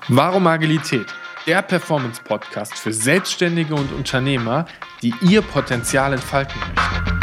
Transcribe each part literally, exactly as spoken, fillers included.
Warum Agilität? Der Performance-Podcast für Selbstständige und Unternehmer, die ihr Potenzial entfalten möchten.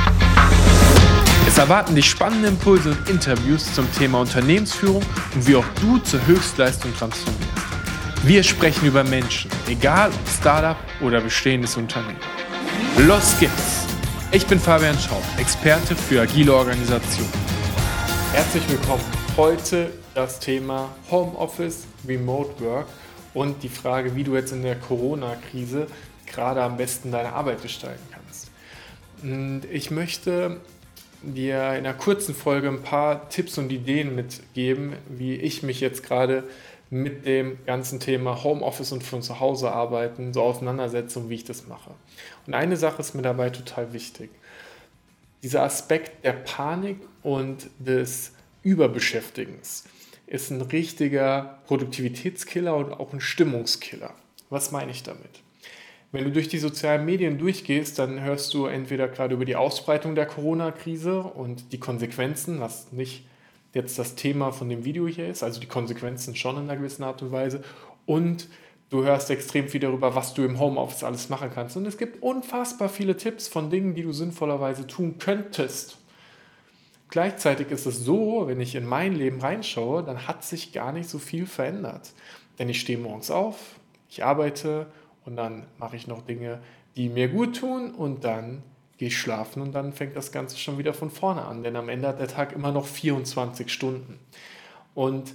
Es erwarten dich spannende Impulse und Interviews zum Thema Unternehmensführung und wie auch du zur Höchstleistung transformierst. Wir sprechen über Menschen, egal ob Startup oder bestehendes Unternehmen. Los geht's! Ich bin Fabian Schaub, Experte für agile Organisation. Herzlich willkommen. Heute das Thema Homeoffice, Remote Work und die Frage, wie du jetzt in der Corona-Krise gerade am besten deine Arbeit gestalten kannst. Und ich möchte dir in einer kurzen Folge ein paar Tipps und Ideen mitgeben, wie ich mich jetzt gerade mit dem ganzen Thema Homeoffice und von zu Hause arbeiten so auseinandersetze und wie ich das mache. Und eine Sache ist mir dabei total wichtig. Dieser Aspekt der Panik und des Überbeschäftigens ist ein richtiger Produktivitätskiller und auch ein Stimmungskiller. Was meine ich damit? Wenn du durch die sozialen Medien durchgehst, dann hörst du entweder gerade über die Ausbreitung der Corona-Krise und die Konsequenzen, was nicht jetzt das Thema von dem Video hier ist, also die Konsequenzen schon in einer gewissen Art und Weise, und du hörst extrem viel darüber, was du im Homeoffice alles machen kannst. Und es gibt unfassbar viele Tipps von Dingen, die du sinnvollerweise tun könntest. Gleichzeitig ist es so, wenn ich in mein Leben reinschaue, dann hat sich gar nicht so viel verändert. Denn ich stehe morgens auf, ich arbeite und dann mache ich noch Dinge, die mir gut tun und dann gehe ich schlafen und dann fängt das Ganze schon wieder von vorne an. Denn am Ende hat der Tag immer noch vierundzwanzig Stunden. Und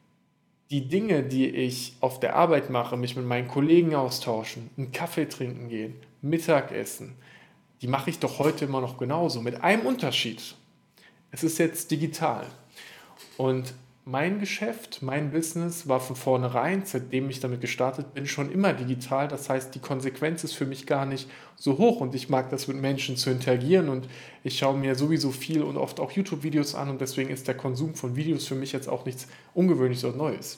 die Dinge, die ich auf der Arbeit mache, mich mit meinen Kollegen austauschen, einen Kaffee trinken gehen, Mittagessen, die mache ich doch heute immer noch genauso, mit einem Unterschied. Es ist jetzt digital und mein Geschäft, mein Business war von vornherein, seitdem ich damit gestartet bin, schon immer digital. Das heißt, die Konsequenz ist für mich gar nicht so hoch und ich mag das, mit Menschen zu interagieren und ich schaue mir sowieso viel und oft auch YouTube-Videos an und deswegen ist der Konsum von Videos für mich jetzt auch nichts Ungewöhnliches oder Neues.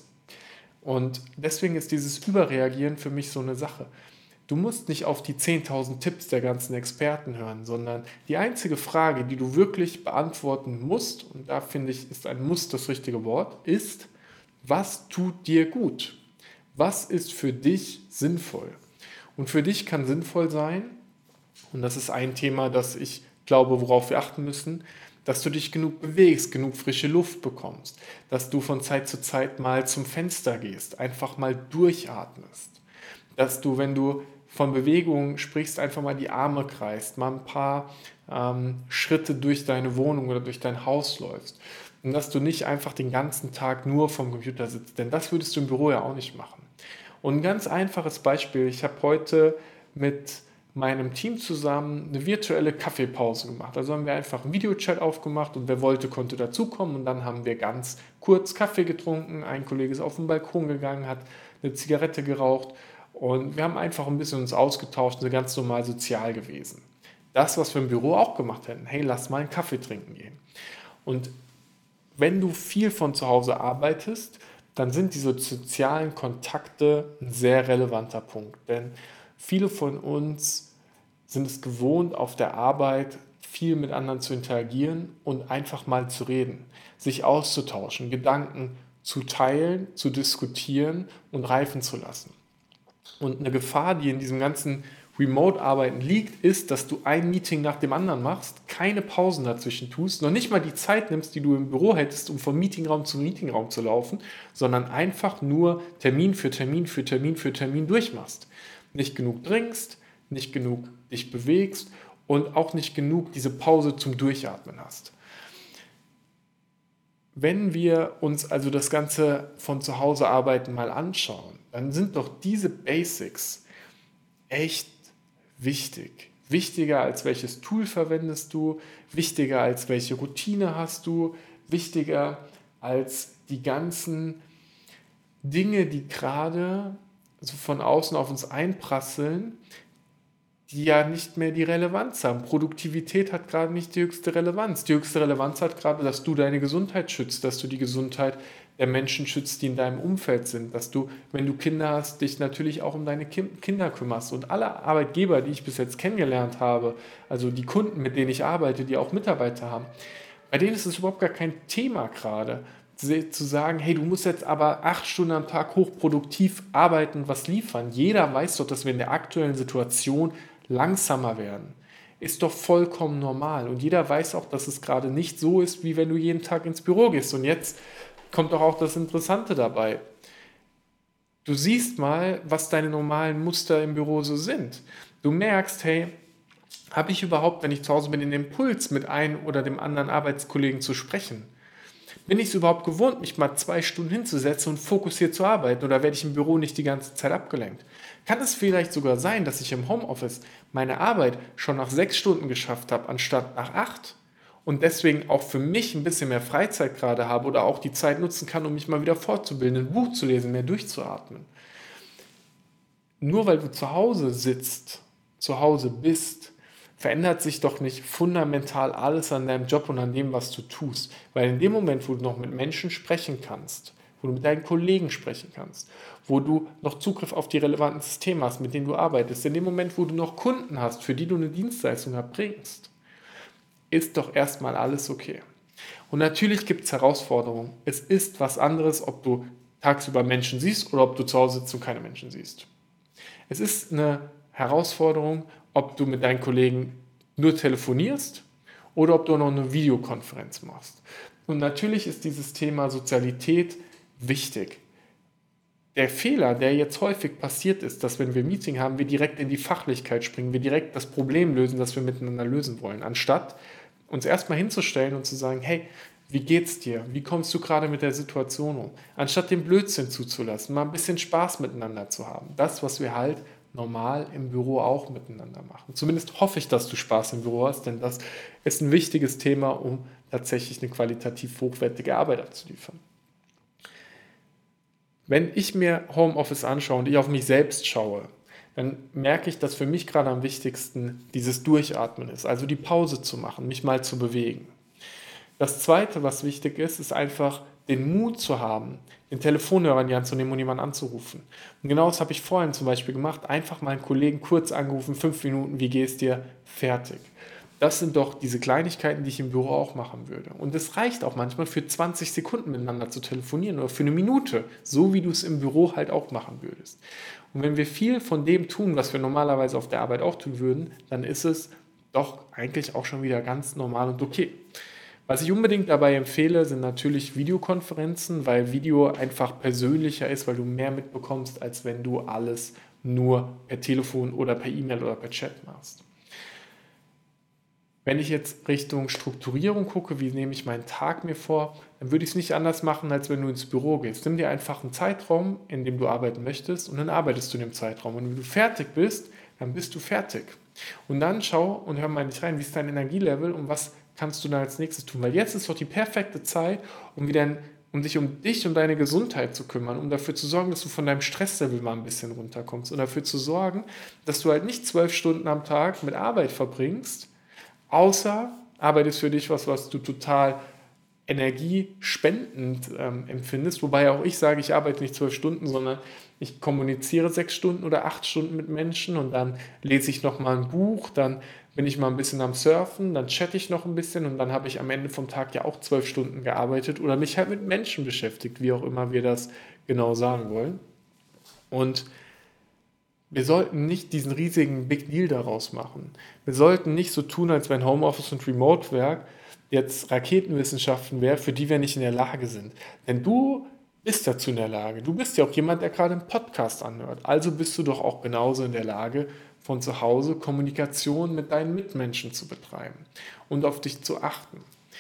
Und deswegen ist dieses Überreagieren für mich so eine Sache. Du musst nicht auf die zehntausend Tipps der ganzen Experten hören, sondern die einzige Frage, die du wirklich beantworten musst, und da finde ich, ist ein Muss das richtige Wort, ist, was tut dir gut? Was ist für dich sinnvoll? Und für dich kann sinnvoll sein, und das ist ein Thema, das ich glaube, worauf wir achten müssen, dass du dich genug bewegst, genug frische Luft bekommst, dass du von Zeit zu Zeit mal zum Fenster gehst, einfach mal durchatmest, dass du, wenn du von Bewegung sprichst, einfach mal die Arme kreist, mal ein paar ähm, Schritte durch deine Wohnung oder durch dein Haus läufst und dass du nicht einfach den ganzen Tag nur vom Computer sitzt, denn das würdest du im Büro ja auch nicht machen. Und ein ganz einfaches Beispiel, ich habe heute mit meinem Team zusammen eine virtuelle Kaffeepause gemacht. Also haben wir einfach einen Videochat aufgemacht und wer wollte, konnte dazukommen und dann haben wir ganz kurz Kaffee getrunken, ein Kollege ist auf den Balkon gegangen, hat eine Zigarette geraucht und wir haben einfach ein bisschen uns ausgetauscht, sind ganz normal sozial gewesen. Das, was wir im Büro auch gemacht hätten, hey, lass mal einen Kaffee trinken gehen. Und wenn du viel von zu Hause arbeitest, dann sind diese sozialen Kontakte ein sehr relevanter Punkt. Denn viele von uns sind es gewohnt, auf der Arbeit viel mit anderen zu interagieren und einfach mal zu reden, sich auszutauschen, Gedanken zu teilen, zu diskutieren und reifen zu lassen. Und eine Gefahr, die in diesem ganzen Remote-Arbeiten liegt, ist, dass du ein Meeting nach dem anderen machst, keine Pausen dazwischen tust, noch nicht mal die Zeit nimmst, die du im Büro hättest, um vom Meetingraum zum Meetingraum zu laufen, sondern einfach nur Termin für Termin für Termin für Termin durchmachst. Nicht genug trinkst, nicht genug dich bewegst und auch nicht genug diese Pause zum Durchatmen hast. Wenn wir uns also das Ganze von zu Hause arbeiten mal anschauen, dann sind doch diese Basics echt wichtig. Wichtiger als welches Tool verwendest du, wichtiger als welche Routine hast du, wichtiger als die ganzen Dinge, die gerade so von außen auf uns einprasseln, die ja nicht mehr die Relevanz haben. Produktivität hat gerade nicht die höchste Relevanz. Die höchste Relevanz hat gerade, dass du deine Gesundheit schützt, dass du die Gesundheit der Menschen schützt, die in deinem Umfeld sind, dass du, wenn du Kinder hast, dich natürlich auch um deine Kinder kümmerst. Und alle Arbeitgeber, die ich bis jetzt kennengelernt habe, also die Kunden, mit denen ich arbeite, die auch Mitarbeiter haben, bei denen ist es überhaupt gar kein Thema gerade, zu sagen, hey, du musst jetzt aber acht Stunden am Tag hochproduktiv arbeiten, was liefern. Jeder weiß doch, dass wir in der aktuellen Situation langsamer werden. Ist doch vollkommen normal. Und jeder weiß auch, dass es gerade nicht so ist, wie wenn du jeden Tag ins Büro gehst. Und jetzt kommt doch auch das Interessante dabei. Du siehst mal, was deine normalen Muster im Büro so sind. Du merkst, hey, habe ich überhaupt, wenn ich zu Hause bin, den Impuls, mit einem oder dem anderen Arbeitskollegen zu sprechen? Bin ich es überhaupt gewohnt, mich mal zwei Stunden hinzusetzen und fokussiert zu arbeiten, oder werde ich im Büro nicht die ganze Zeit abgelenkt? Kann es vielleicht sogar sein, dass ich im Homeoffice meine Arbeit schon nach sechs Stunden geschafft habe, anstatt nach acht? Und deswegen auch für mich ein bisschen mehr Freizeit gerade habe oder auch die Zeit nutzen kann, um mich mal wieder fortzubilden, ein Buch zu lesen, mehr durchzuatmen. Nur weil du zu Hause sitzt, zu Hause bist, verändert sich doch nicht fundamental alles an deinem Job und an dem, was du tust. Weil in dem Moment, wo du noch mit Menschen sprechen kannst, wo du mit deinen Kollegen sprechen kannst, wo du noch Zugriff auf die relevanten Systeme hast, mit denen du arbeitest, in dem Moment, wo du noch Kunden hast, für die du eine Dienstleistung erbringst, ist doch erstmal alles okay. Und natürlich gibt es Herausforderungen. Es ist was anderes, ob du tagsüber Menschen siehst oder ob du zu Hause sitzt und keine Menschen siehst. Es ist eine Herausforderung, ob du mit deinen Kollegen nur telefonierst oder ob du noch eine Videokonferenz machst. Und natürlich ist dieses Thema Sozialität wichtig. Der Fehler, der jetzt häufig passiert ist, dass wenn wir ein Meeting haben, wir direkt in die Fachlichkeit springen, wir direkt das Problem lösen, das wir miteinander lösen wollen, anstatt uns erstmal hinzustellen und zu sagen, hey, wie geht's dir? Wie kommst du gerade mit der Situation um? Anstatt den Blödsinn zuzulassen, mal ein bisschen Spaß miteinander zu haben. Das, was wir halt normal im Büro auch miteinander machen. Zumindest hoffe ich, dass du Spaß im Büro hast, denn das ist ein wichtiges Thema, um tatsächlich eine qualitativ hochwertige Arbeit abzuliefern. Wenn ich mir Homeoffice anschaue und ich auf mich selbst schaue, dann merke ich, dass für mich gerade am wichtigsten dieses Durchatmen ist, also die Pause zu machen, mich mal zu bewegen. Das Zweite, was wichtig ist, ist einfach den Mut zu haben, den Telefonhörer in die Hand zu nehmen und jemanden anzurufen. Und genau das habe ich vorhin zum Beispiel gemacht, einfach mal einen Kollegen kurz angerufen, fünf Minuten, wie geht's dir, fertig. Das sind doch diese Kleinigkeiten, die ich im Büro auch machen würde. Und es reicht auch manchmal für zwanzig Sekunden miteinander zu telefonieren oder für eine Minute, so wie du es im Büro halt auch machen würdest. Und wenn wir viel von dem tun, was wir normalerweise auf der Arbeit auch tun würden, dann ist es doch eigentlich auch schon wieder ganz normal und okay. Was ich unbedingt dabei empfehle, sind natürlich Videokonferenzen, weil Video einfach persönlicher ist, weil du mehr mitbekommst, als wenn du alles nur per Telefon oder per E-Mail oder per Chat machst. Wenn ich jetzt Richtung Strukturierung gucke, wie nehme ich meinen Tag mir vor, dann würde ich es nicht anders machen, als wenn du ins Büro gehst. Nimm dir einfach einen Zeitraum, in dem du arbeiten möchtest, und dann arbeitest du in dem Zeitraum. Und wenn du fertig bist, dann bist du fertig. Und dann schau und hör mal nicht rein, wie ist dein Energielevel und was kannst du dann als nächstes tun. Weil jetzt ist doch die perfekte Zeit, um wieder um dich um dich und deine Gesundheit zu kümmern, um dafür zu sorgen, dass du von deinem Stresslevel mal ein bisschen runterkommst und dafür zu sorgen, dass du halt nicht zwölf Stunden am Tag mit Arbeit verbringst, außer Arbeit ist für dich was, was du total energiespendend ähm, empfindest. Wobei auch ich sage, ich arbeite nicht zwölf Stunden, sondern ich kommuniziere sechs Stunden oder acht Stunden mit Menschen und dann lese ich noch mal ein Buch, dann bin ich mal ein bisschen am Surfen, dann chatte ich noch ein bisschen und dann habe ich am Ende vom Tag ja auch zwölf Stunden gearbeitet oder mich halt mit Menschen beschäftigt, wie auch immer wir das genau sagen wollen. Und wir sollten nicht diesen riesigen Big Deal daraus machen. Wir sollten nicht so tun, als wenn Homeoffice und Remote-Work jetzt Raketenwissenschaften wäre, für die wir nicht in der Lage sind. Denn du bist dazu in der Lage. Du bist ja auch jemand, der gerade einen Podcast anhört. Also bist du doch auch genauso in der Lage, von zu Hause Kommunikation mit deinen Mitmenschen zu betreiben und auf dich zu achten.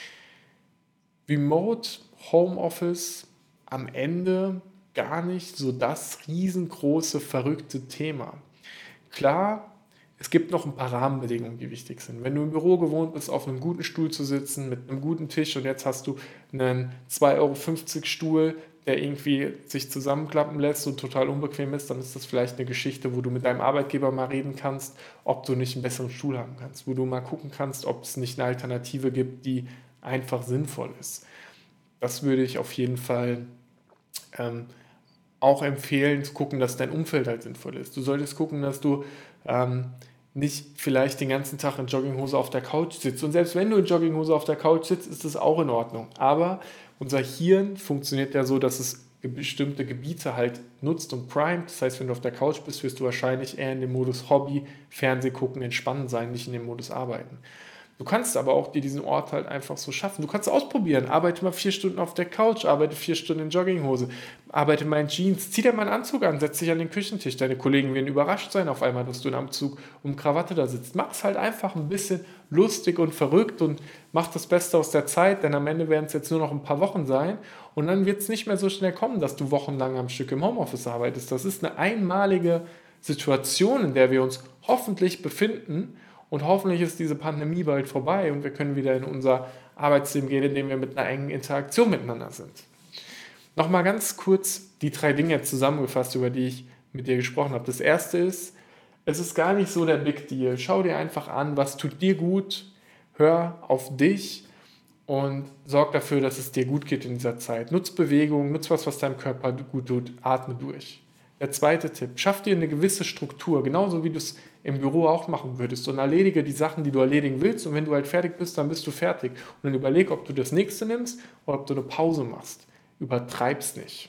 Remote, Homeoffice, am Ende gar nicht so das riesengroße, verrückte Thema. Klar, es gibt noch ein paar Rahmenbedingungen, die wichtig sind. Wenn du im Büro gewohnt bist, auf einem guten Stuhl zu sitzen, mit einem guten Tisch und jetzt hast du einen zwei Euro fünfzig Stuhl, der irgendwie sich zusammenklappen lässt und total unbequem ist, dann ist das vielleicht eine Geschichte, wo du mit deinem Arbeitgeber mal reden kannst, ob du nicht einen besseren Stuhl haben kannst, wo du mal gucken kannst, ob es nicht eine Alternative gibt, die einfach sinnvoll ist. Das würde ich auf jeden Fall ähm, auch empfehlen, zu gucken, dass dein Umfeld halt sinnvoll ist. Du solltest gucken, dass du ähm, nicht vielleicht den ganzen Tag in Jogginghose auf der Couch sitzt. Und selbst wenn du in Jogginghose auf der Couch sitzt, ist das auch in Ordnung. Aber unser Hirn funktioniert ja so, dass es bestimmte Gebiete halt nutzt und primet. Das heißt, wenn du auf der Couch bist, wirst du wahrscheinlich eher in dem Modus Hobby, Fernseh gucken, entspannen sein, nicht in dem Modus arbeiten. Du kannst aber auch dir diesen Ort halt einfach so schaffen. Du kannst ausprobieren. Arbeite mal vier Stunden auf der Couch, arbeite vier Stunden in Jogginghose, arbeite mal in Jeans, zieh dir mal einen Anzug an, setz dich an den Küchentisch. Deine Kollegen werden überrascht sein auf einmal, dass du in Anzug und Krawatte da sitzt. Mach es halt einfach ein bisschen lustig und verrückt und mach das Beste aus der Zeit, denn am Ende werden es jetzt nur noch ein paar Wochen sein und dann wird es nicht mehr so schnell kommen, dass du wochenlang am Stück im Homeoffice arbeitest. Das ist eine einmalige Situation, in der wir uns hoffentlich befinden. Und hoffentlich ist diese Pandemie bald vorbei und wir können wieder in unser Arbeitsleben gehen, indem wir mit einer engen Interaktion miteinander sind. Nochmal ganz kurz die drei Dinge zusammengefasst, über die ich mit dir gesprochen habe. Das erste ist, es ist gar nicht so der Big Deal. Schau dir einfach an, was tut dir gut, hör auf dich und sorg dafür, dass es dir gut geht in dieser Zeit. Nutz Bewegung, nutz was, was deinem Körper gut tut, atme durch. Der zweite Tipp, schaff dir eine gewisse Struktur, genauso wie du es im Büro auch machen würdest und erledige die Sachen, die du erledigen willst und wenn du halt fertig bist, dann bist du fertig. Und dann überleg, ob du das nächste nimmst oder ob du eine Pause machst. Übertreib's nicht.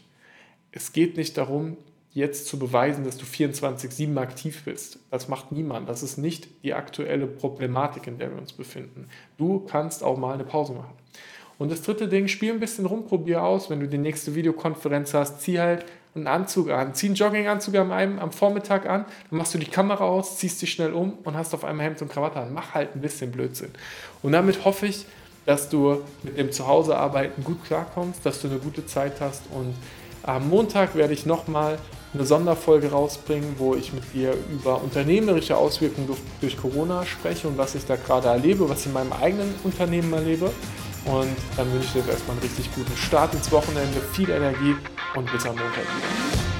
Es geht nicht darum, jetzt zu beweisen, dass du vierundzwanzig sieben aktiv bist. Das macht niemand. Das ist nicht die aktuelle Problematik, in der wir uns befinden. Du kannst auch mal eine Pause machen. Und das dritte Ding, spiel ein bisschen rum, probier aus. Wenn du die nächste Videokonferenz hast, zieh halt einen Anzug an. Zieh einen Jogginganzug am, am Vormittag an, dann machst du die Kamera aus, ziehst dich schnell um und hast auf einmal Hemd und Krawatte an. Mach halt ein bisschen Blödsinn. Und damit hoffe ich, dass du mit dem Zuhausearbeiten gut klarkommst, dass du eine gute Zeit hast. Und am Montag werde ich nochmal eine Sonderfolge rausbringen, wo ich mit dir über unternehmerische Auswirkungen durch, durch Corona spreche und was ich da gerade erlebe, was ich in meinem eigenen Unternehmen erlebe. Und dann wünsche ich dir jetzt erstmal einen richtig guten Start ins Wochenende, viel Energie und bis am Montag wieder.